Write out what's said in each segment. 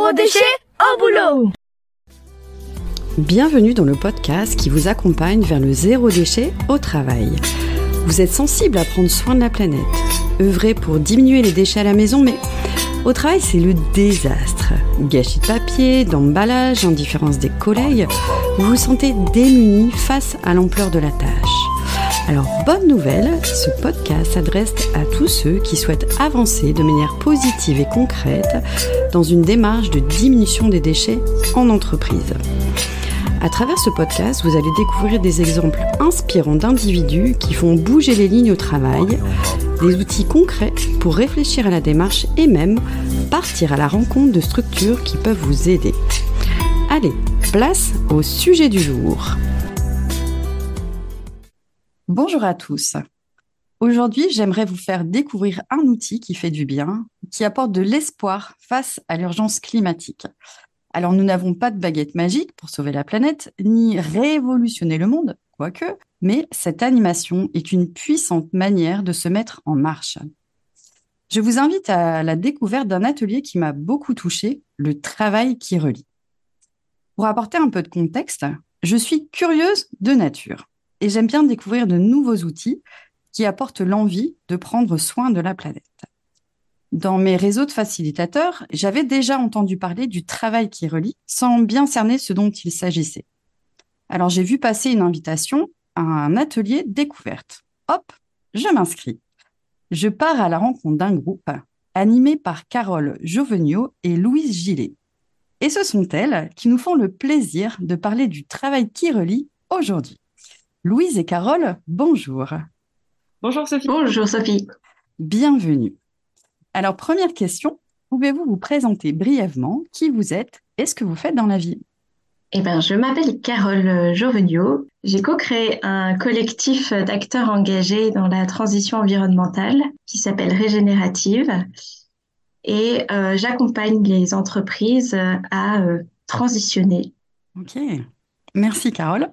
Zéro déchet au boulot. Bienvenue dans le podcast qui vous accompagne vers le zéro déchet au travail. Vous êtes sensible à prendre soin de la planète, œuvrer pour diminuer les déchets à la maison, mais au travail c'est le désastre. Gâchis de papier, d'emballage, indifférence des collègues, vous vous sentez démuni face à l'ampleur de la tâche. Alors, bonne nouvelle, ce podcast s'adresse à tous ceux qui souhaitent avancer de manière positive et concrète dans une démarche de diminution des déchets en entreprise. À travers ce podcast, vous allez découvrir des exemples inspirants d'individus qui font bouger les lignes au travail, des outils concrets pour réfléchir à la démarche et même partir à la rencontre de structures qui peuvent vous aider. Allez, place au sujet du jour. Bonjour à tous. Aujourd'hui, j'aimerais vous faire découvrir un outil qui fait du bien, qui apporte de l'espoir face à l'urgence climatique. Alors, nous n'avons pas de baguette magique pour sauver la planète, ni révolutionner le monde, quoique, mais cette animation est une puissante manière de se mettre en marche. Je vous invite à la découverte d'un atelier qui m'a beaucoup touchée, le travail qui relie. Pour apporter un peu de contexte, je suis curieuse de nature et j'aime bien découvrir de nouveaux outils qui apportent l'envie de prendre soin de la planète. Dans mes réseaux de facilitateurs, j'avais déjà entendu parler du travail qui relie sans bien cerner ce dont il s'agissait. Alors j'ai vu passer une invitation à un atelier découverte. Hop, je m'inscris. Je pars à la rencontre d'un groupe animé par Carole Jovenio et Louise Gillet. Et ce sont elles qui nous font le plaisir de parler du travail qui relie aujourd'hui. Louise et Carole, bonjour. Bonjour Sophie. Bonjour Sophie. Bienvenue. Alors, première question, pouvez-vous vous présenter brièvement qui vous êtes et ce que vous faites dans la vie? Je m'appelle Carole Jovenio. J'ai co-créé un collectif d'acteurs engagés dans la transition environnementale qui s'appelle Régénérative et j'accompagne les entreprises à transitionner. Ok, merci Carole.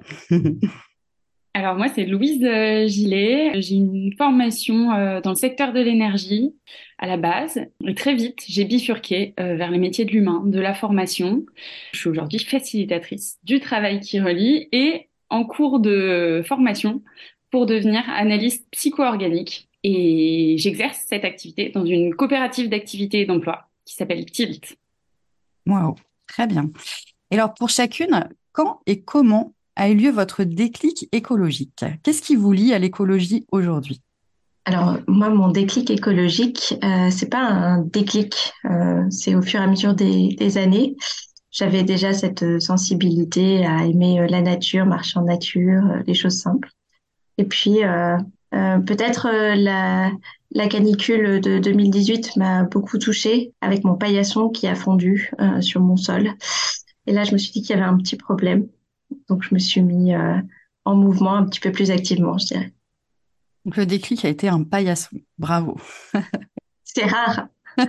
Alors moi, c'est Louise Gillet. J'ai une formation dans le secteur de l'énergie à la base. Et très vite, j'ai bifurqué vers les métiers de l'humain, de la formation. Je suis aujourd'hui facilitatrice du travail qui relie et en cours de formation pour devenir analyste psycho-organique. Et j'exerce cette activité dans une coopérative d'activité et d'emploi qui s'appelle Tilt. Waouh, très bien. Et alors pour chacune, quand et comment a eu lieu votre déclic écologique? Qu'est-ce qui vous lie à l'écologie aujourd'hui? Alors moi, mon déclic écologique, c'est pas un déclic, c'est au fur et à mesure des années. J'avais déjà cette sensibilité à aimer la nature, marcher en nature, les choses simples. Et puis peut-être la canicule de 2018 m'a beaucoup touchée avec mon paillasson qui a fondu sur mon sol. Et là, je me suis dit qu'il y avait un petit problème. Donc, je me suis mis en mouvement un petit peu plus activement, je dirais. Donc, le déclic a été un paillasson. Bravo. C'est rare.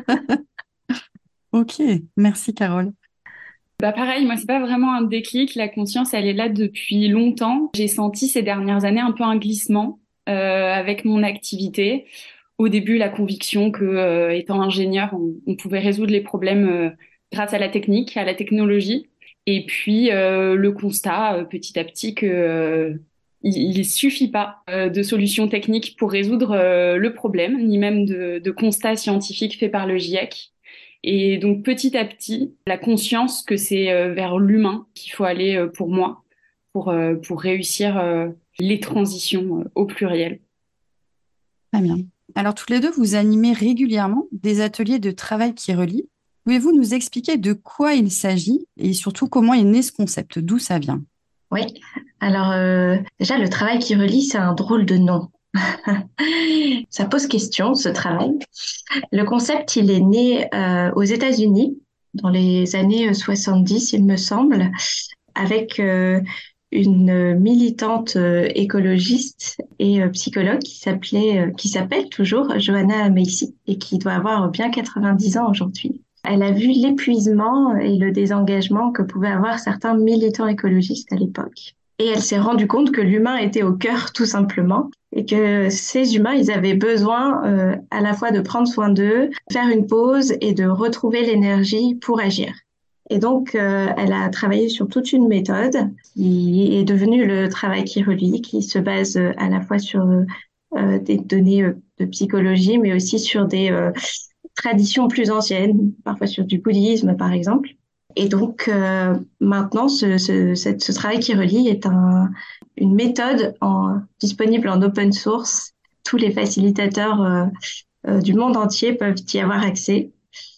Ok, merci Carole. Pareil, moi, c'est pas vraiment un déclic. La conscience, elle est là depuis longtemps. J'ai senti ces dernières années un peu un glissement avec mon activité. Au début, la conviction que, étant ingénieur, on pouvait résoudre les problèmes grâce à la technique, à la technologie. Et puis le constat petit à petit que il suffit pas de solutions techniques pour résoudre le problème, ni même de constats scientifiques faits par le GIEC. Et donc petit à petit, la conscience que c'est vers l'humain qu'il faut aller pour moi, pour réussir les transitions au pluriel. Très bien. Alors toutes les deux, vous animez régulièrement des ateliers de travail qui relient. Pouvez-vous nous expliquer de quoi il s'agit et surtout comment est né ce concept, d'où ça vient? Oui, alors déjà le travail qui relie, c'est un drôle de nom. Ça pose question, ce travail. Le concept, il est né aux États-Unis dans les années 70, il me semble, avec une militante écologiste et psychologue qui s'appelle toujours Joanna Macy et qui doit avoir bien 90 ans aujourd'hui. Elle a vu l'épuisement et le désengagement que pouvaient avoir certains militants écologistes à l'époque. Et elle s'est rendue compte que l'humain était au cœur, tout simplement, et que ces humains, ils avaient besoin à la fois de prendre soin d'eux, faire une pause et de retrouver l'énergie pour agir. Et donc, elle a travaillé sur toute une méthode qui est devenue le travail qui relie, qui se base à la fois sur des données de psychologie, mais aussi sur des traditions plus anciennes, parfois sur du bouddhisme, par exemple. Et donc, maintenant, ce travail qui relie est une méthode disponible en open source. Tous les facilitateurs du monde entier peuvent y avoir accès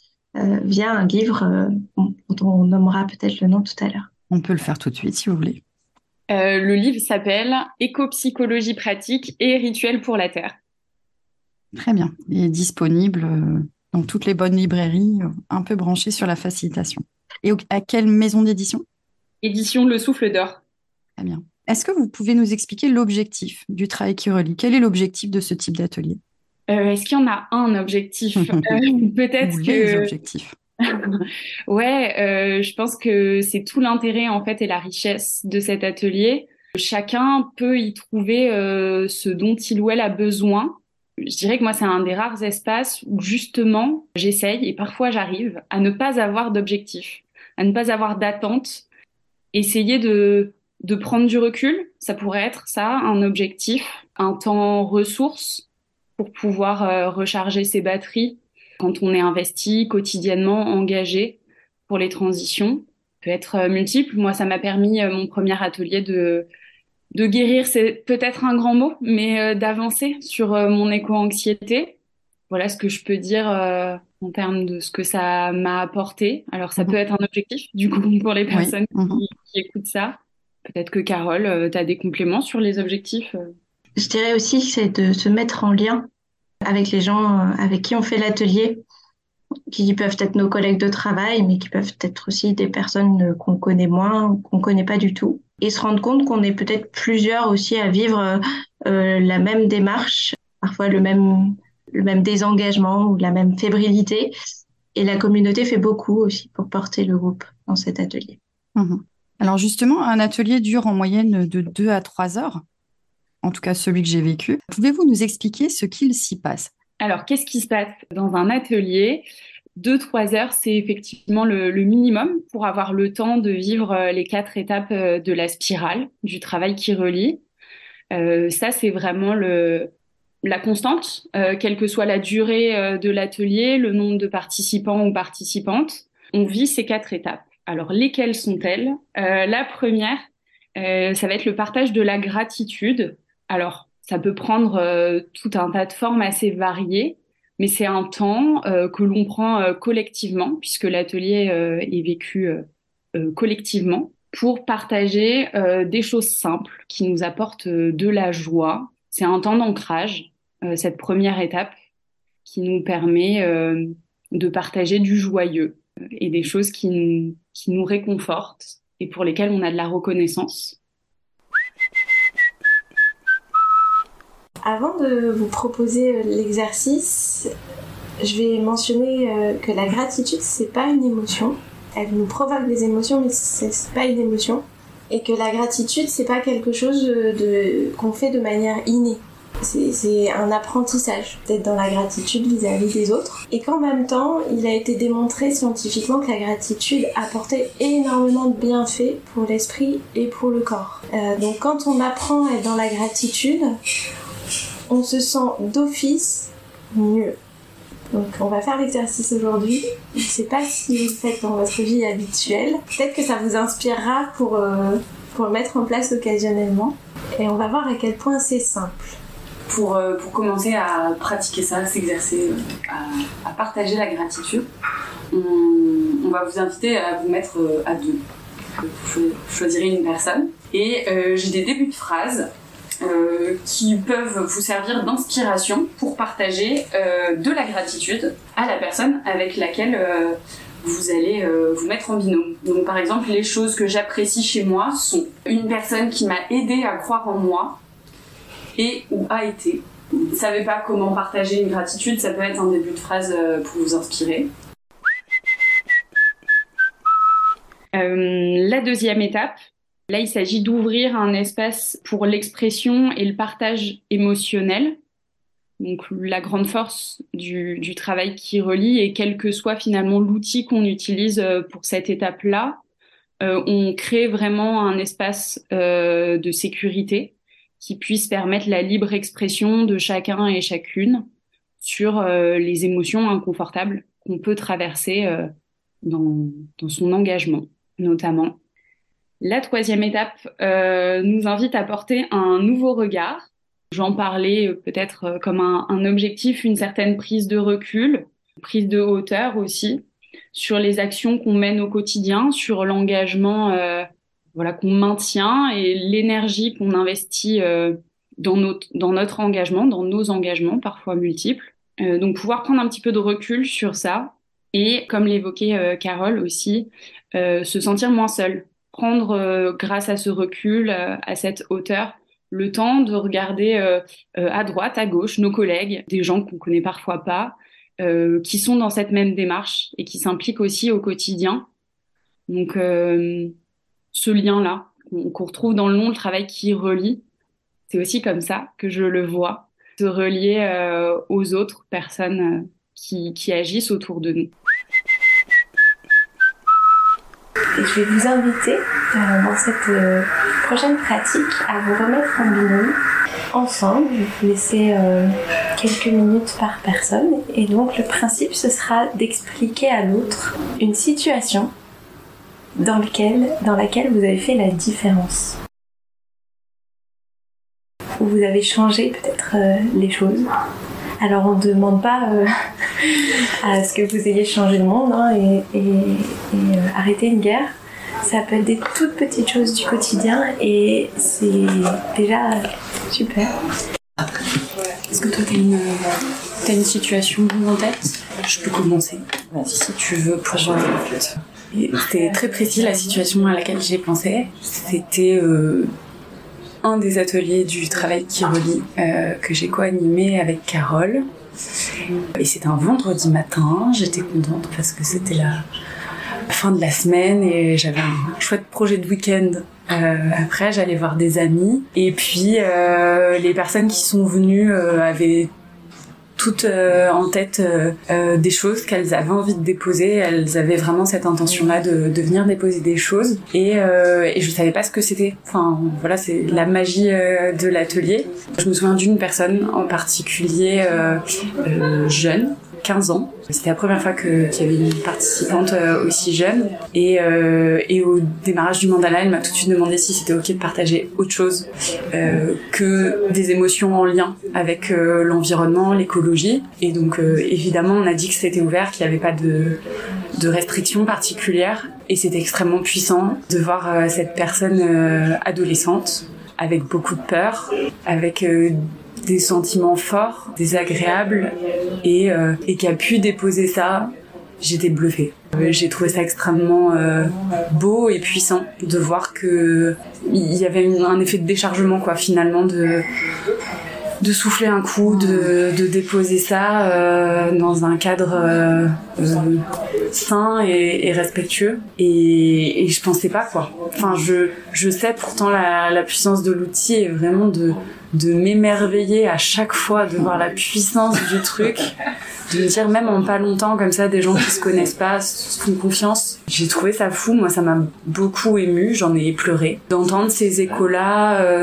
via un livre dont on nommera peut-être le nom tout à l'heure. On peut le faire tout de suite si vous voulez. Le livre s'appelle Éco-psychologie pratique et rituels pour la Terre. Très bien. Il est disponible dans toutes les bonnes librairies, un peu branché sur la facilitation. Et à quelle maison d'édition? Édition Le Souffle d'Or. Très bien. Est-ce que vous pouvez nous expliquer l'objectif du travail qui relie? Quel est l'objectif de ce type d'atelier? Est-ce qu'il y en a un objectif? Peut-être Ou que... les objectifs? Ouais, je pense que c'est tout l'intérêt en fait et la richesse de cet atelier. Chacun peut y trouver ce dont il ou elle a besoin. Je dirais que moi, c'est un des rares espaces où justement, j'essaye et parfois j'arrive à ne pas avoir d'objectif, à ne pas avoir d'attente, essayer de prendre du recul. Ça pourrait être ça, un objectif, un temps ressource pour pouvoir recharger ses batteries quand on est investi quotidiennement, engagé pour les transitions. Ça peut être multiple. Moi, ça m'a permis, mon premier atelier, de guérir, c'est peut-être un grand mot, mais d'avancer sur mon éco-anxiété. Voilà ce que je peux dire en termes de ce que ça m'a apporté. Alors, ça peut être un objectif, du coup, pour les personnes qui écoutent ça. Peut-être que Carole, tu as des compléments sur les objectifs. Je dirais aussi que c'est de se mettre en lien avec les gens avec qui on fait l'atelier, qui peuvent être nos collègues de travail, mais qui peuvent être aussi des personnes qu'on connaît moins, qu'on connaît pas du tout. Et se rendre compte qu'on est peut-être plusieurs aussi à vivre la même démarche, parfois le même désengagement ou la même fébrilité. Et la communauté fait beaucoup aussi pour porter le groupe dans cet atelier. Alors justement, un atelier dure en moyenne de 2 à 3 heures, en tout cas celui que j'ai vécu. Pouvez-vous nous expliquer ce qu'il s'y passe? Alors, qu'est-ce qui se passe dans un atelier? 2-3 heures, c'est effectivement le minimum pour avoir le temps de vivre les 4 étapes de la spirale, du travail qui relie. Ça, c'est vraiment la constante, quelle que soit la durée de l'atelier, le nombre de participants ou participantes. On vit ces 4 étapes. Alors, lesquelles sont-elles? La première, ça va être le partage de la gratitude. Alors, ça peut prendre tout un tas de formes assez variées, mais c'est un temps que l'on prend collectivement, puisque l'atelier est vécu collectivement, pour partager des choses simples qui nous apportent de la joie. C'est un temps d'ancrage, cette première étape, qui nous permet de partager du joyeux et des choses qui nous réconfortent et pour lesquelles on a de la reconnaissance. Avant de vous proposer l'exercice, je vais mentionner que la gratitude, c'est pas une émotion. Elle nous provoque des émotions, mais c'est pas une émotion. Et que la gratitude, c'est pas quelque chose qu'on fait de manière innée. C'est un apprentissage, d'être dans la gratitude vis-à-vis des autres. Et qu'en même temps, il a été démontré scientifiquement que la gratitude apportait énormément de bienfaits pour l'esprit et pour le corps. Donc quand on apprend à être dans la gratitude, on se sent d'office mieux. Donc on va faire l'exercice aujourd'hui. Je ne sais pas si vous le faites dans votre vie habituelle. Peut-être que ça vous inspirera pour le mettre en place occasionnellement. Et on va voir à quel point c'est simple. Pour commencer à pratiquer ça, à s'exercer, à partager la gratitude, on va vous inviter à vous mettre à deux. Vous choisirez une personne. Et j'ai des débuts de phrases qui peuvent vous servir d'inspiration pour partager de la gratitude à la personne avec laquelle vous allez vous mettre en binôme. Donc par exemple, les choses que j'apprécie chez moi sont une personne qui m'a aidé à croire en moi et ou a été. Vous ne savez pas comment partager une gratitude, ça peut être un début de phrase pour vous inspirer. La deuxième étape, là, il s'agit d'ouvrir un espace pour l'expression et le partage émotionnel. Donc la grande force du travail qui relie, et quel que soit finalement l'outil qu'on utilise pour cette étape-là, on crée vraiment un espace de sécurité qui puisse permettre la libre expression de chacun et chacune sur les émotions inconfortables qu'on peut traverser dans son engagement, notamment. La troisième étape nous invite à porter un nouveau regard. J'en parlais peut-être comme un objectif, une certaine prise de recul, prise de hauteur aussi, sur les actions qu'on mène au quotidien, sur l'engagement qu'on maintient et l'énergie qu'on investit dans notre engagement, dans nos engagements, parfois multiples. Donc pouvoir prendre un petit peu de recul sur ça et, comme l'évoquait Carole aussi, se sentir moins seul. Prendre, grâce à ce recul, à cette hauteur, le temps de regarder à droite, à gauche, nos collègues, des gens qu'on connaît parfois pas, qui sont dans cette même démarche et qui s'impliquent aussi au quotidien. Donc ce lien-là qu'on retrouve dans le nom, le travail qui relie, c'est aussi comme ça que je le vois, se relier aux autres personnes qui agissent autour de nous. Et je vais vous inviter dans cette prochaine pratique à vous remettre en binôme ensemble. Je vais vous laisser quelques minutes par personne. Et donc le principe, ce sera d'expliquer à l'autre une situation dans laquelle vous avez fait la différence. Où vous avez changé peut-être les choses. Alors on ne demande pas à ce que vous ayez changé le monde et arrêter une guerre. Ça peut être des toutes petites choses du quotidien et c'est déjà super. Est-ce que toi t'as une situation en tête? Je peux commencer. Vas-y, si tu veux, pour c'était très précis la situation à laquelle j'ai pensé. C'était un des ateliers du travail qui relie que j'ai co-animé avec Carole. Et c'était un vendredi matin. J'étais contente parce que c'était la fin de la semaine et j'avais un chouette projet de week-end. Après, j'allais voir des amis. Et puis, les personnes qui sont venues avaient toutes en tête des choses qu'elles avaient envie de déposer. Elles avaient vraiment cette intention-là de venir déposer des choses. Et je savais pas ce que c'était. Enfin, voilà, c'est la magie de l'atelier. Je me souviens d'une personne en particulier jeune, 15 ans. C'était la première fois qu'il y avait une participante aussi jeune. Et au démarrage du mandala, elle m'a tout de suite demandé si c'était ok de partager autre chose que des émotions en lien avec l'environnement, l'écologie. Et donc évidemment, on a dit que c'était ouvert, qu'il n'y avait pas de restrictions particulières. Et c'était extrêmement puissant de voir cette personne adolescente avec beaucoup de peur, avec des sentiments forts, désagréables, et qui a pu déposer ça. J'étais bluffée. J'ai trouvé ça extrêmement beau et puissant de voir que il y avait un effet de déchargement, quoi, finalement, de souffler un coup, de déposer ça dans un cadre sain et respectueux. Et je pensais pas, quoi. Enfin, je sais pourtant la puissance de l'outil est vraiment de m'émerveiller à chaque fois, de voir la puissance du truc, de me dire même en pas longtemps comme ça, des gens qui se connaissent pas se font confiance. J'ai trouvé ça fou, moi ça m'a beaucoup émue, j'en ai pleuré. D'entendre ces échos-là,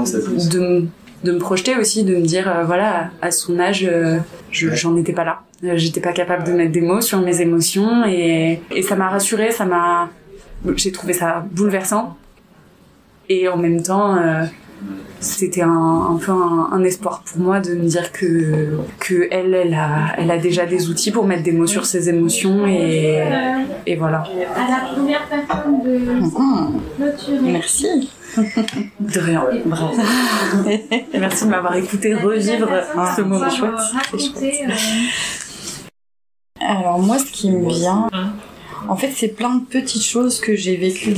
de me projeter aussi, de me dire voilà, à son âge, j'en étais pas là. J'étais pas capable de mettre des mots sur mes émotions et ça m'a rassurée, j'ai trouvé ça bouleversant. Et en même temps, c'était un peu un espoir pour moi de me dire que elle a déjà des outils pour mettre des mots sur ses émotions et voilà. À la première personne de clôturer. Merci. De rien. Bravo. Merci de m'avoir écouté revivre ce moment chouette. Alors moi, ce qui me vient, en fait, c'est plein de petites choses que j'ai vécues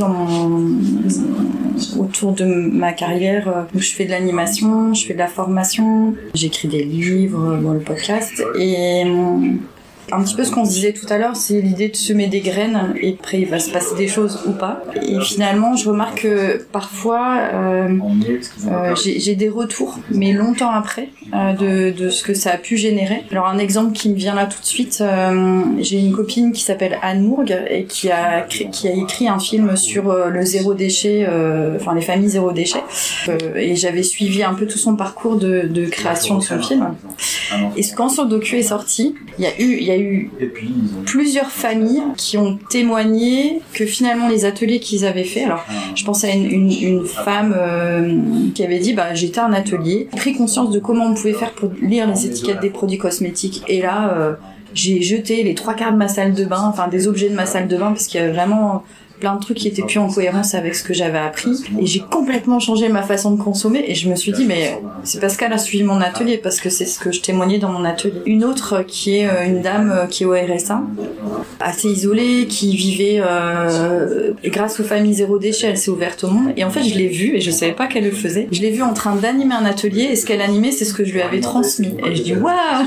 autour de ma carrière. Je fais de l'animation, je fais de la formation, j'écris des livres, le podcast. Et Un petit peu ce qu'on se disait tout à l'heure, c'est l'idée de semer des graines et après il va se passer des choses ou pas. Et finalement, je remarque que parfois j'ai des retours, mais longtemps après, de ce que ça a pu générer. Alors un exemple qui me vient là tout de suite, j'ai une copine qui s'appelle Anne Mourgue et qui a écrit un film sur le zéro déchet, enfin les familles zéro déchet. Et j'avais suivi un peu tout son parcours de création de son film. Et quand ce docu est sorti, il y a eu plusieurs familles qui ont témoigné que finalement les ateliers qu'ils avaient fait, alors je pense à une femme qui avait dit j'étais à un atelier, pris conscience de comment on pouvait faire pour lire les étiquettes des produits cosmétiques et là j'ai jeté les 3/4 de ma salle de bain, enfin des objets de ma salle de bain parce qu'il y avait vraiment plein de trucs qui étaient plus en cohérence avec ce que j'avais appris et j'ai complètement changé ma façon de consommer et je me suis dit mais c'est parce qu'elle a suivi mon atelier parce que c'est ce que je témoignais dans mon atelier. Une autre qui est une dame qui est au RSA, assez isolée, qui vivait et grâce aux familles zéro déchet elle s'est ouverte au monde et en fait je l'ai vue et je savais pas qu'elle le faisait. Je l'ai vue en train d'animer un atelier et ce qu'elle animait c'est ce que je lui avais transmis et je dis waouh.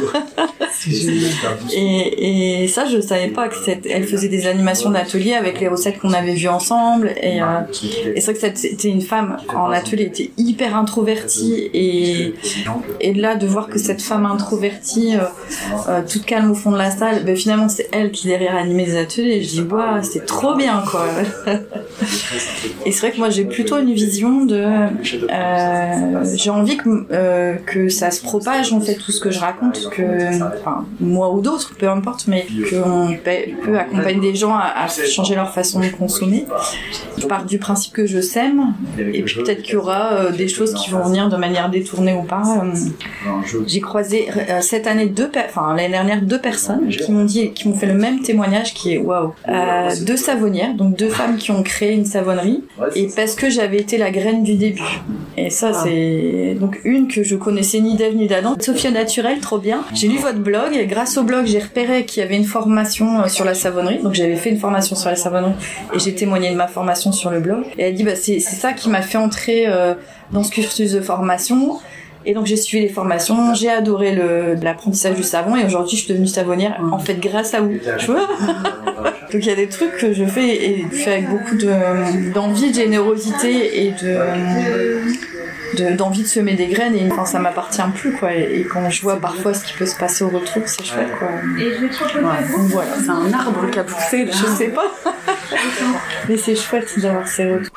Et ça je savais pas que elle faisait des animations d'atelier avec les recettes qu'on avait vues ensemble et c'est vrai que c'était une femme en atelier était hyper introvertie et de là de voir que cette femme introvertie toute calme au fond de la salle finalement c'est elle qui derrière animait les ateliers et je dis waouh c'est trop bien quoi. Et c'est vrai que moi j'ai plutôt une vision de j'ai envie que ça se propage en fait tout ce que je raconte moi ou d'autres peu importe mais qu'on peut accompagner des gens à changer leur façon de consommer. Je pars du principe que je sème et puis peut-être qu'il y aura des choses qui vont venir de manière détournée ou pas. J'ai croisé cette année l'année dernière 2 personnes qui m'ont fait le même témoignage qui est waouh. 2 savonnières, donc 2 femmes qui ont créé une savonnerie et parce que j'avais été la graine du début. Et ça c'est donc une que je connaissais ni d'Ève ni d'Adam. Sophia Naturel, trop bien. J'ai lu votre blog et grâce au blog j'ai repéré qu'il y avait une formation sur la savonnerie. Donc j'avais fait une formation sur la savonnerie et j'ai témoigné de ma formation sur le blog. Et elle dit c'est ça qui m'a fait entrer dans ce cursus de formation. Et donc j'ai suivi les formations, j'ai adoré l'apprentissage du savon et aujourd'hui je suis devenue savonnière en fait grâce à vous. Tu vois. Donc il y a des trucs que je fais avec beaucoup d'envie, de générosité et d'envie de semer des graines et ça m'appartient plus quoi et quand je vois parfois ce qui peut se passer au retour c'est chouette quoi. Et je donc voilà, c'est un arbre qui a poussé là. Je sais pas. Mais c'est chouette d'avoir ces retours.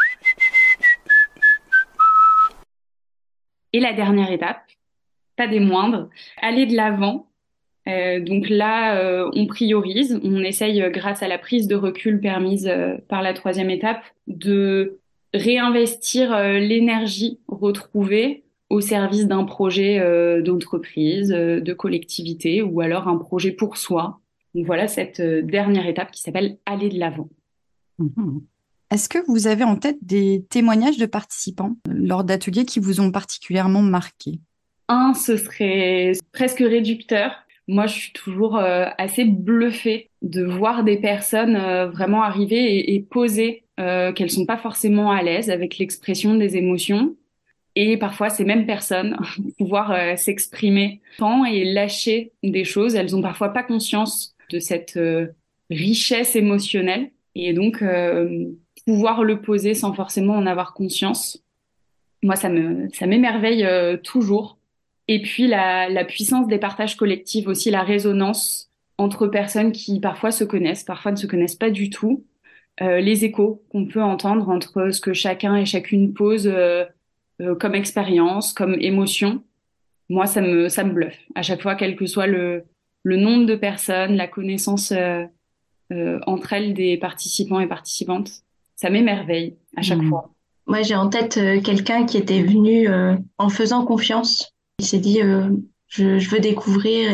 Et la dernière étape, pas des moindres, aller de l'avant. Donc là, on priorise, on essaye, grâce à la prise de recul permise par la 3e étape, de réinvestir l'énergie retrouvée au service d'un projet d'entreprise, de collectivité ou alors un projet pour soi. Donc voilà cette dernière étape qui s'appelle aller de l'avant. Mmh. Est-ce que vous avez en tête des témoignages de participants lors d'ateliers qui vous ont particulièrement marqué ? Ce serait presque réducteur. Moi, je suis toujours assez bluffée de voir des personnes vraiment arriver et poser qu'elles sont pas forcément à l'aise avec l'expression des émotions. Et parfois, ces mêmes personnes pouvoir s'exprimer tant et lâcher des choses. Elles ont parfois pas conscience de cette richesse émotionnelle. Et donc, pouvoir le poser sans forcément en avoir conscience. Moi, ça m'émerveille toujours. Et puis, la puissance des partages collectifs aussi, la résonance entre personnes qui parfois se connaissent, parfois ne se connaissent pas du tout. Les échos qu'on peut entendre entre ce que chacun et chacune pose comme expérience, comme émotion. Moi, ça me bluffe. À chaque fois, quel que soit le nombre de personnes, la connaissance entre elles des participants et participantes, ça m'émerveille à chaque fois. Moi, j'ai en tête quelqu'un qui était venu en faisant confiance. Il s'est dit, je veux découvrir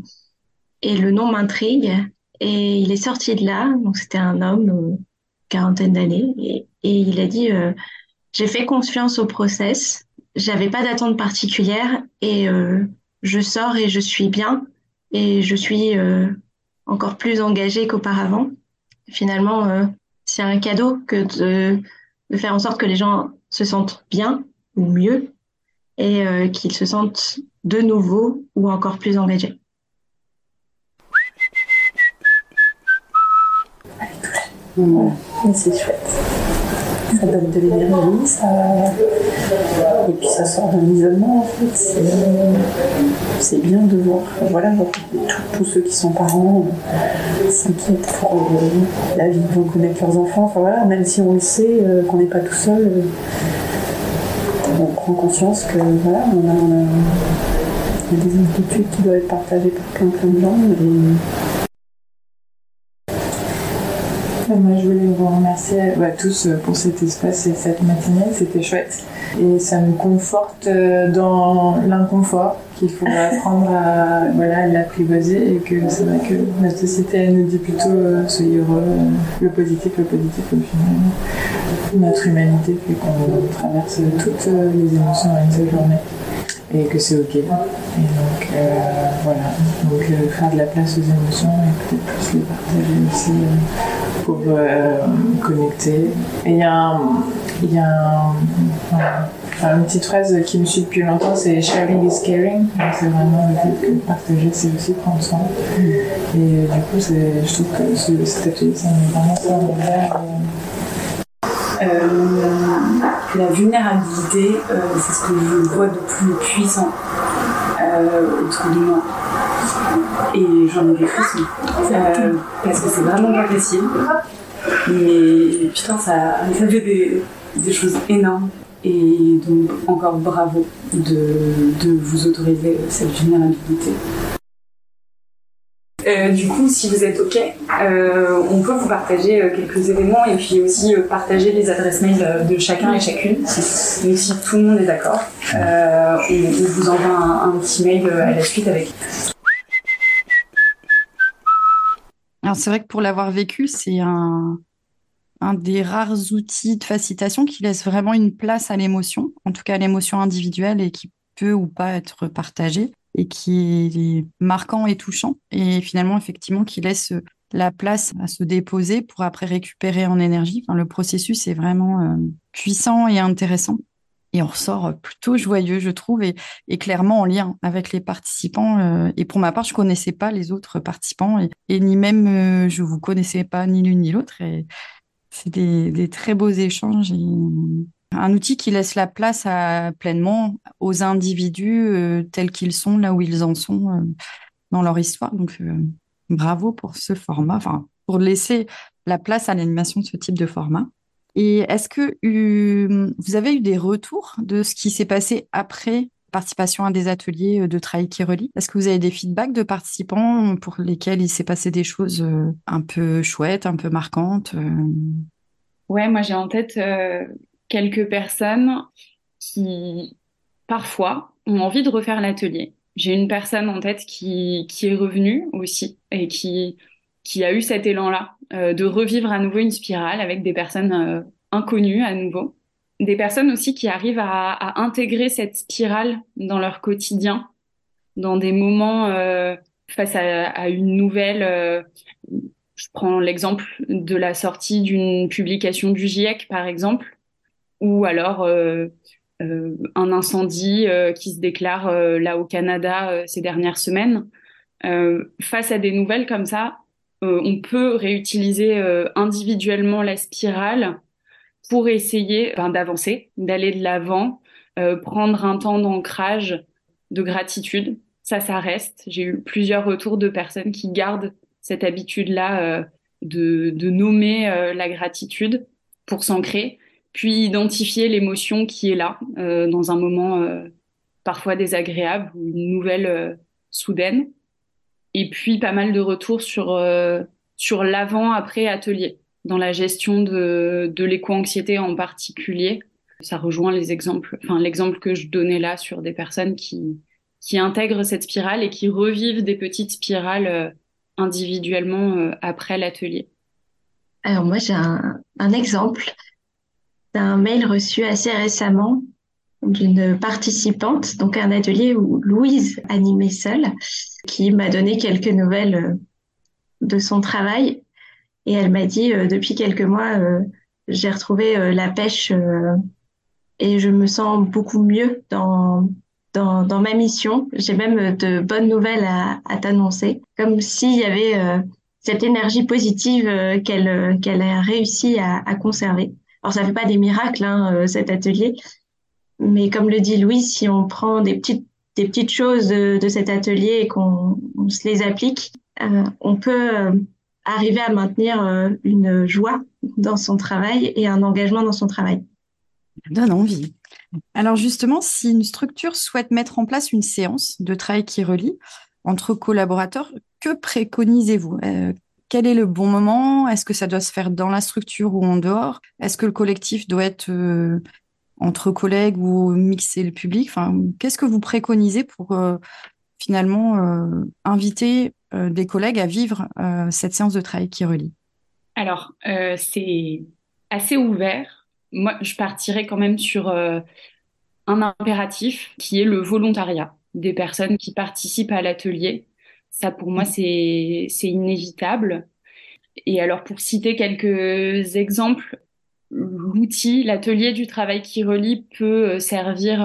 et le nom m'intrigue. Et il est sorti de là, donc c'était un homme, quarantaine d'années, et il a dit, j'ai fait confiance au process, j'avais pas d'attente particulière et je sors et je suis bien et je suis encore plus engagée qu'auparavant. Finalement, c'est un cadeau que de faire en sorte que les gens se sentent bien ou mieux et qu'ils se sentent de nouveau ou encore plus engagés. Mais c'est chouette. Ça donne de l'énergie, et puis ça sort d'un isolement en fait. C'est bien de voir, voilà, tous ceux qui sont parents s'inquiètent pour la vie que vont connaître leurs enfants. Enfin voilà, même si on le sait, qu'on n'est pas tout seul, on prend conscience que voilà, on a des inquiétudes qui doivent être partagées par plein de gens. Moi, je voulais vous remercier tous pour cet espace et cette matinée, c'était chouette. Et ça me conforte dans l'inconfort qu'il faut apprendre à l'apprivoiser, et que c'est vrai que notre société, elle nous dit plutôt soyez heureux, le positif au final. Notre humanité fait qu'on traverse toutes les émotions dans une seule journée. Et que c'est ok. Et donc faire de la place aux émotions et peut-être plus les partager aussi pour connecter. Et il y a une petite phrase qui me suit depuis longtemps, c'est sharing is caring. Donc c'est vraiment le fait que partager, c'est aussi prendre soin. Et du coup, je trouve que cet atelier, ça met vraiment ça en valeur. La vulnérabilité, c'est ce que je vois de plus puissant autour de moi. Et j'en ai des frissons. Parce que c'est vraiment pas facile. Mais putain, ça fait des choses énormes. Et donc, encore bravo de vous autoriser cette vulnérabilité. Du coup, si vous êtes OK, on peut vous partager quelques éléments et puis aussi partager les adresses mail de chacun et chacune. Donc si tout le monde est d'accord, on vous envoie un petit mail à la suite avec. Alors c'est vrai que pour l'avoir vécu, c'est un des rares outils de facilitation qui laisse vraiment une place à l'émotion, en tout cas à l'émotion individuelle, et qui peut ou pas être partagée, et qui est marquant et touchant, et finalement, effectivement, qui laisse la place à se déposer pour après récupérer en énergie. Enfin, le processus est vraiment puissant et intéressant. Et on ressort plutôt joyeux, je trouve, et clairement en lien avec les participants. Et pour ma part, je connaissais pas les autres participants, et ni même je vous connaissais pas ni l'une ni l'autre. Et c'est des très beaux échanges. Et un outil qui laisse la place pleinement aux individus tels qu'ils sont, là où ils en sont dans leur histoire. Donc, bravo pour ce format, enfin, pour laisser la place à l'animation de ce type de format. Et est-ce que vous avez eu des retours de ce qui s'est passé après participation à des ateliers de travail qui relie? Est-ce que vous avez des feedbacks de participants pour lesquels il s'est passé des choses un peu chouettes, un peu marquantes? Ouais, moi j'ai en tête quelques personnes qui parfois ont envie de refaire l'atelier. J'ai une personne en tête qui est revenue aussi et qui a eu cet élan-là de revivre à nouveau une spirale avec des personnes inconnues à nouveau. Des personnes aussi qui arrivent à intégrer cette spirale dans leur quotidien, dans des moments face à une nouvelle. Je prends l'exemple de la sortie d'une publication du GIEC, par exemple, ou alors un incendie qui se déclare là au Canada ces dernières semaines. Face à des nouvelles comme ça, on peut réutiliser individuellement la spirale pour essayer d'avancer, d'aller de l'avant, prendre un temps d'ancrage, de gratitude. Ça reste. J'ai eu plusieurs retours de personnes qui gardent cette habitude-là de nommer la gratitude pour s'ancrer, puis identifier l'émotion qui est là dans un moment parfois désagréable ou une nouvelle soudaine. Et puis pas mal de retours sur l'avant-après atelier, dans la gestion de l'éco-anxiété en particulier. Ça rejoint l'exemple que je donnais là sur des personnes qui intègrent cette spirale et qui revivent des petites spirales individuellement après l'atelier. Alors moi, j'ai un exemple d'un mail reçu assez récemment d'une participante, donc un atelier où Louise animait seule, qui m'a donné quelques nouvelles de son travail. Et elle m'a dit, depuis quelques mois, j'ai retrouvé la pêche et je me sens beaucoup mieux dans ma mission. J'ai même de bonnes nouvelles à t'annoncer. Comme s'il y avait cette énergie positive qu'elle a réussi à conserver. Alors ça fait pas des miracles cet atelier, mais comme le dit Louis, si on prend des petites choses de cet atelier et qu'on se les applique, on peut arriver à maintenir une joie dans son travail et un engagement dans son travail. Ça donne envie. Alors justement, si une structure souhaite mettre en place une séance de travail qui relie entre collaborateurs, que préconisez-vous? Quel est le bon moment? Est-ce que ça doit se faire dans la structure ou en dehors? Est-ce que le collectif doit être entre collègues ou mixer le public? Enfin, qu'est-ce que vous préconisez pour finalement inviter des collègues à vivre cette séance de travail qui relie? Alors, c'est assez ouvert. Moi, je partirais quand même sur un impératif qui est le volontariat des personnes qui participent à l'atelier. Ça, pour moi, c'est inévitable. Et alors, pour citer quelques exemples, l'atelier du travail qui relie peut servir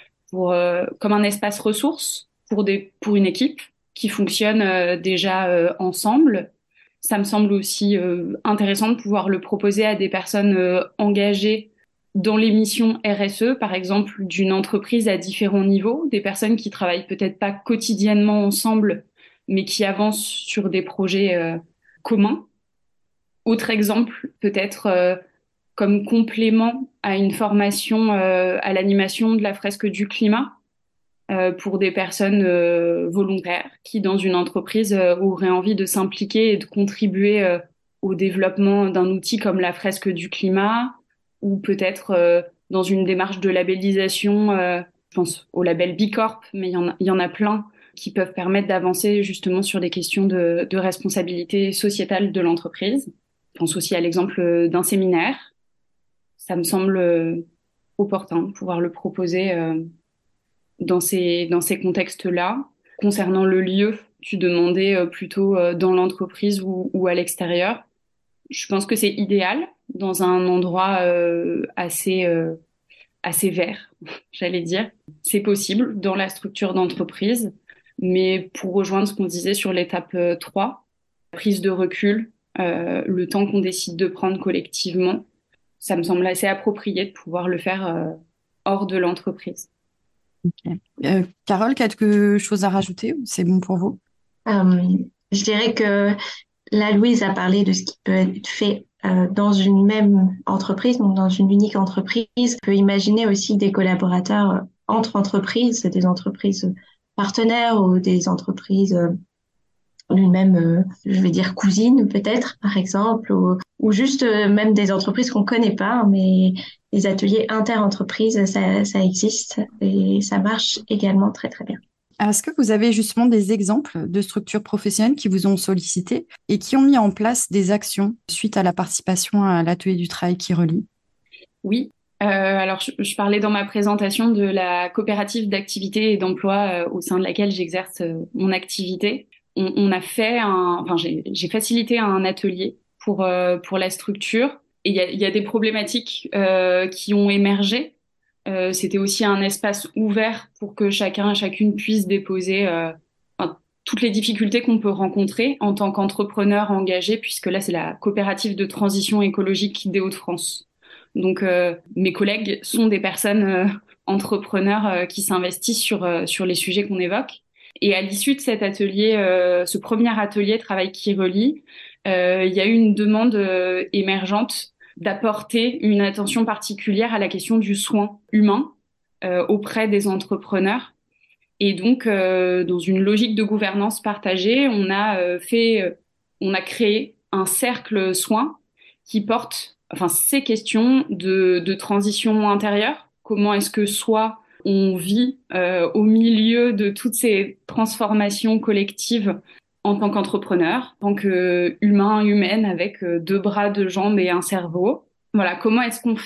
comme un espace ressource pour une équipe qui fonctionne déjà ensemble. Ça me semble aussi intéressant de pouvoir le proposer à des personnes engagées dans les missions RSE, par exemple, d'une entreprise à différents niveaux, des personnes qui travaillent peut-être pas quotidiennement ensemble, mais qui avancent sur des projets communs. Autre exemple, peut-être comme complément à une formation à l'animation de la fresque du climat pour des personnes volontaires qui, dans une entreprise, auraient envie de s'impliquer et de contribuer au développement d'un outil comme la fresque du climat, ou peut-être dans une démarche de labellisation, je pense au label Bicorp, mais il y en a plein qui peuvent permettre d'avancer justement sur des questions de responsabilité sociétale de l'entreprise. Je pense aussi à l'exemple d'un séminaire. Ça me semble opportun de pouvoir le proposer dans ces contextes-là. Concernant le lieu, tu demandais plutôt dans l'entreprise ou à l'extérieur. Je pense que c'est idéal dans un endroit assez vert, j'allais dire. C'est possible dans la structure d'entreprise, mais pour rejoindre ce qu'on disait sur l'étape 3, prise de recul, le temps qu'on décide de prendre collectivement, ça me semble assez approprié de pouvoir le faire hors de l'entreprise. Okay. Carole, quelque chose à rajouter ou c'est bon pour vous? Je dirais que là, Louise a parlé de ce qui peut être fait dans une même entreprise, donc dans une unique entreprise. On peut imaginer aussi des collaborateurs entre entreprises, des entreprises partenaires ou des entreprises d'une même, je vais dire cousine peut-être, par exemple, ou juste même des entreprises qu'on connaît pas, mais les ateliers inter-entreprises, ça existe et ça marche également très très bien. Alors, est-ce que vous avez justement des exemples de structures professionnelles qui vous ont sollicité et qui ont mis en place des actions suite à la participation à l'atelier du travail qui relie? Oui. Alors, je parlais dans ma présentation de la coopérative d'activité et d'emploi au sein de laquelle j'exerce mon activité. On a fait j'ai facilité un atelier pour la structure et il y a des problématiques qui ont émergé. C'était aussi un espace ouvert pour que chacun et chacune puisse déposer toutes les difficultés qu'on peut rencontrer en tant qu'entrepreneur engagé, puisque là, c'est la coopérative de transition écologique des Hauts-de-France. Donc, mes collègues sont des personnes entrepreneurs qui s'investissent sur les sujets qu'on évoque. Et à l'issue de cet atelier, ce premier atelier Travail qui relie, il y a eu une demande émergente d'apporter une attention particulière à la question du soin humain auprès des entrepreneurs. Et donc, dans une logique de gouvernance partagée, on a créé un cercle soins qui porte, ces questions de transition intérieure. Comment est-ce que soit on vit au milieu de toutes ces transformations collectives en tant qu'entrepreneur, en tant qu'humain, humaine, avec deux bras, deux jambes et un cerveau. Voilà, comment est-ce qu'on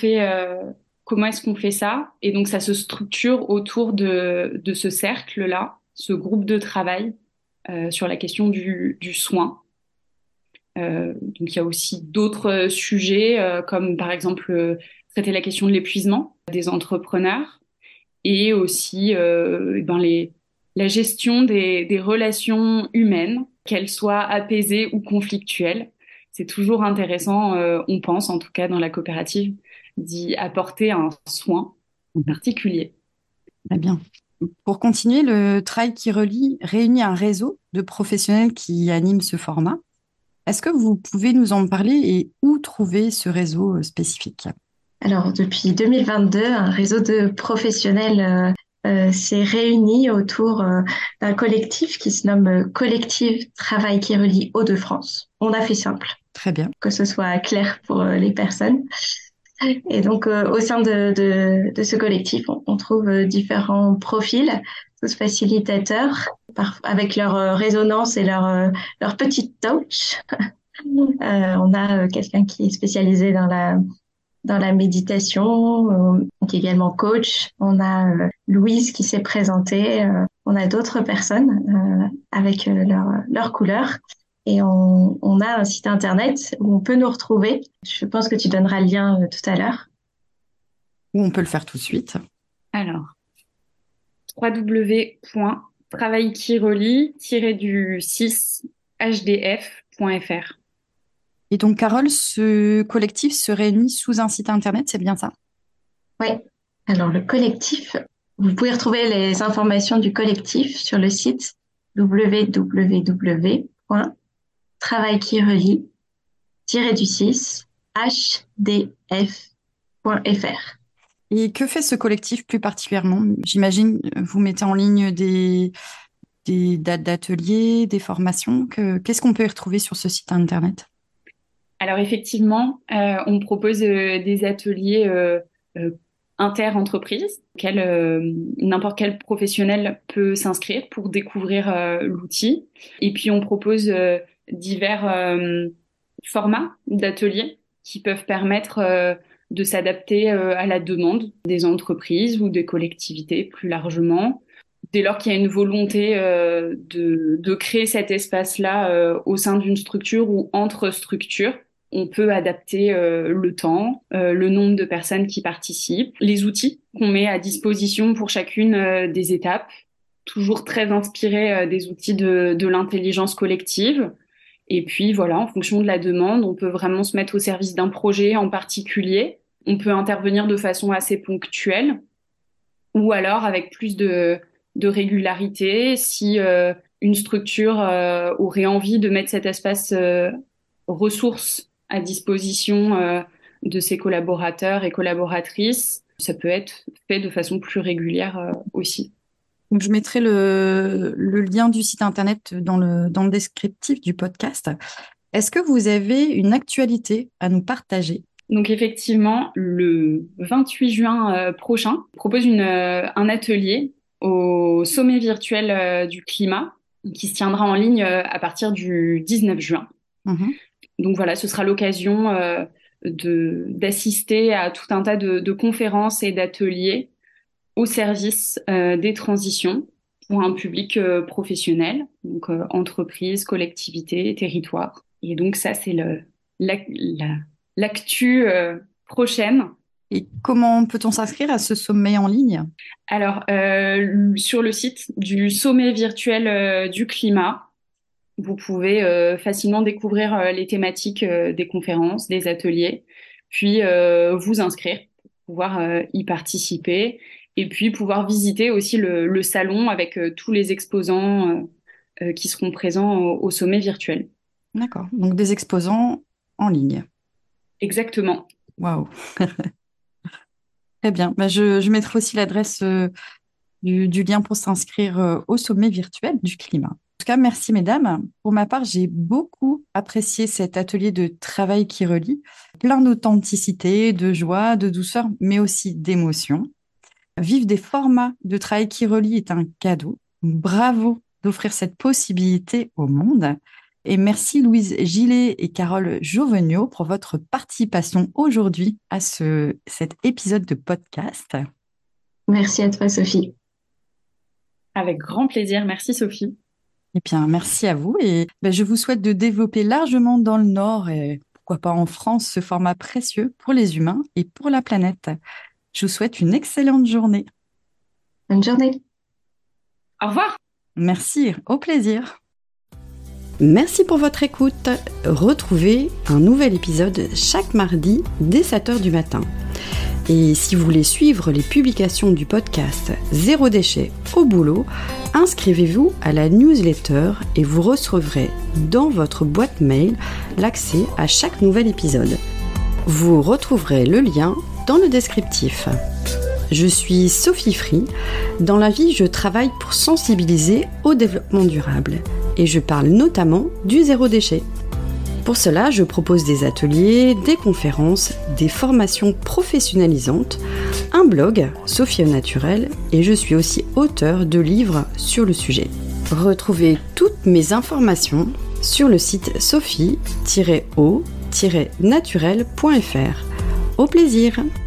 fait ça? Et donc, ça se structure autour de ce cercle-là, ce groupe de travail sur la question du soin. Donc, il y a aussi d'autres sujets, comme par exemple traiter la question de l'épuisement des entrepreneurs et aussi la gestion des relations humaines qu'elle soit apaisée ou conflictuelle. C'est toujours intéressant, on pense en tout cas dans la coopérative, d'y apporter un soin particulier. Très bien. Pour continuer, le Travail qui relie réunit un réseau de professionnels qui animent ce format. Est-ce que vous pouvez nous en parler et où trouver ce réseau spécifique? Alors, depuis 2022, un réseau de professionnels s'est réuni autour d'un collectif qui se nomme Collectif Travail qui relie Hauts-de-France. On a fait simple, Très bien. que ce soit clair pour les personnes. Et donc, au sein de ce collectif, on trouve différents profils, tous facilitateurs, avec leur résonance et leur petite touch. On a quelqu'un qui est spécialisé dans la méditation, qui est également coach. On a Louise qui s'est présentée. On a d'autres personnes avec leur couleur. Et on a un site internet où on peut nous retrouver. Je pense que tu donneras le lien tout à l'heure. Ou on peut le faire tout de suite. Alors, www.travailquirelie-6hdf.fr. Et donc, Carole, ce collectif se réunit sous un site internet, c'est bien ça? Oui. Alors, le collectif, vous pouvez retrouver les informations du collectif sur le site www.travailquirelie-6hdf.fr. Et que fait ce collectif plus particulièrement? J'imagine, vous mettez en ligne des dates d'ateliers, des formations. Qu'est-ce qu'on peut y retrouver sur ce site internet? Alors effectivement, on propose des ateliers inter-entreprises auxquels n'importe quel professionnel peut s'inscrire pour découvrir l'outil. Et puis on propose divers formats d'ateliers qui peuvent permettre de s'adapter à la demande des entreprises ou des collectivités plus largement. Dès lors qu'il y a une volonté de créer cet espace-là au sein d'une structure ou entre structures, on peut adapter le temps, le nombre de personnes qui participent, les outils qu'on met à disposition pour chacune des étapes, toujours très inspiré des outils de l'intelligence collective. Et puis voilà, en fonction de la demande, on peut vraiment se mettre au service d'un projet en particulier. On peut intervenir de façon assez ponctuelle ou alors avec plus de régularité si une structure aurait envie de mettre cet espace ressources à disposition de ses collaborateurs et collaboratrices. Ça peut être fait de façon plus régulière aussi. Donc, je mettrai le lien du site internet dans le descriptif du podcast. Est-ce que vous avez une actualité à nous partager? Donc effectivement, le 28 juin prochain, on propose un atelier au sommet virtuel du climat qui se tiendra en ligne à partir du 19 juin. Donc voilà, ce sera l'occasion d'assister à tout un tas de conférences et d'ateliers au service des transitions pour un public professionnel, donc entreprises, collectivités, territoires. Et donc ça, c'est l'actu prochaine. Et comment peut-on s'inscrire à ce sommet en ligne? Alors, sur le site du sommet virtuel du climat, vous pouvez facilement découvrir les thématiques des conférences, des ateliers, puis vous inscrire pour pouvoir y participer et puis pouvoir visiter aussi le salon avec tous les exposants qui seront présents au sommet virtuel. D'accord, donc des exposants en ligne. Exactement. Waouh. Très bien. Je mettrai aussi l'adresse du lien pour s'inscrire au sommet virtuel du climat. En tout cas, merci mesdames. Pour ma part, j'ai beaucoup apprécié cet atelier de travail qui relie. Plein d'authenticité, de joie, de douceur, mais aussi d'émotion. Vivre des formats de travail qui relie est un cadeau. Bravo d'offrir cette possibilité au monde. Et merci Louise Gillet et Carole Joveniaux pour votre participation aujourd'hui à cet épisode de podcast. Merci à toi, Sophie. Avec grand plaisir. Merci, Sophie. Eh bien, merci à vous. Et je vous souhaite de développer largement dans le Nord et pourquoi pas en France ce format précieux pour les humains et pour la planète. Je vous souhaite une excellente journée. Bonne journée. Au revoir. Merci, au plaisir. Merci pour votre écoute. Retrouvez un nouvel épisode chaque mardi dès 7h du matin. Et si vous voulez suivre les publications du podcast Zéro déchet au boulot, inscrivez-vous à la newsletter et vous recevrez dans votre boîte mail l'accès à chaque nouvel épisode. Vous retrouverez le lien dans le descriptif. Je suis Sophie Free. Dans la vie, je travaille pour sensibiliser au développement durable et je parle notamment du zéro déchet. Pour cela, je propose des ateliers, des conférences, des formations professionnalisantes, un blog, Sophie au naturel, et je suis aussi auteure de livres sur le sujet. Retrouvez toutes mes informations sur le site sophie-o-naturel.fr. Au plaisir!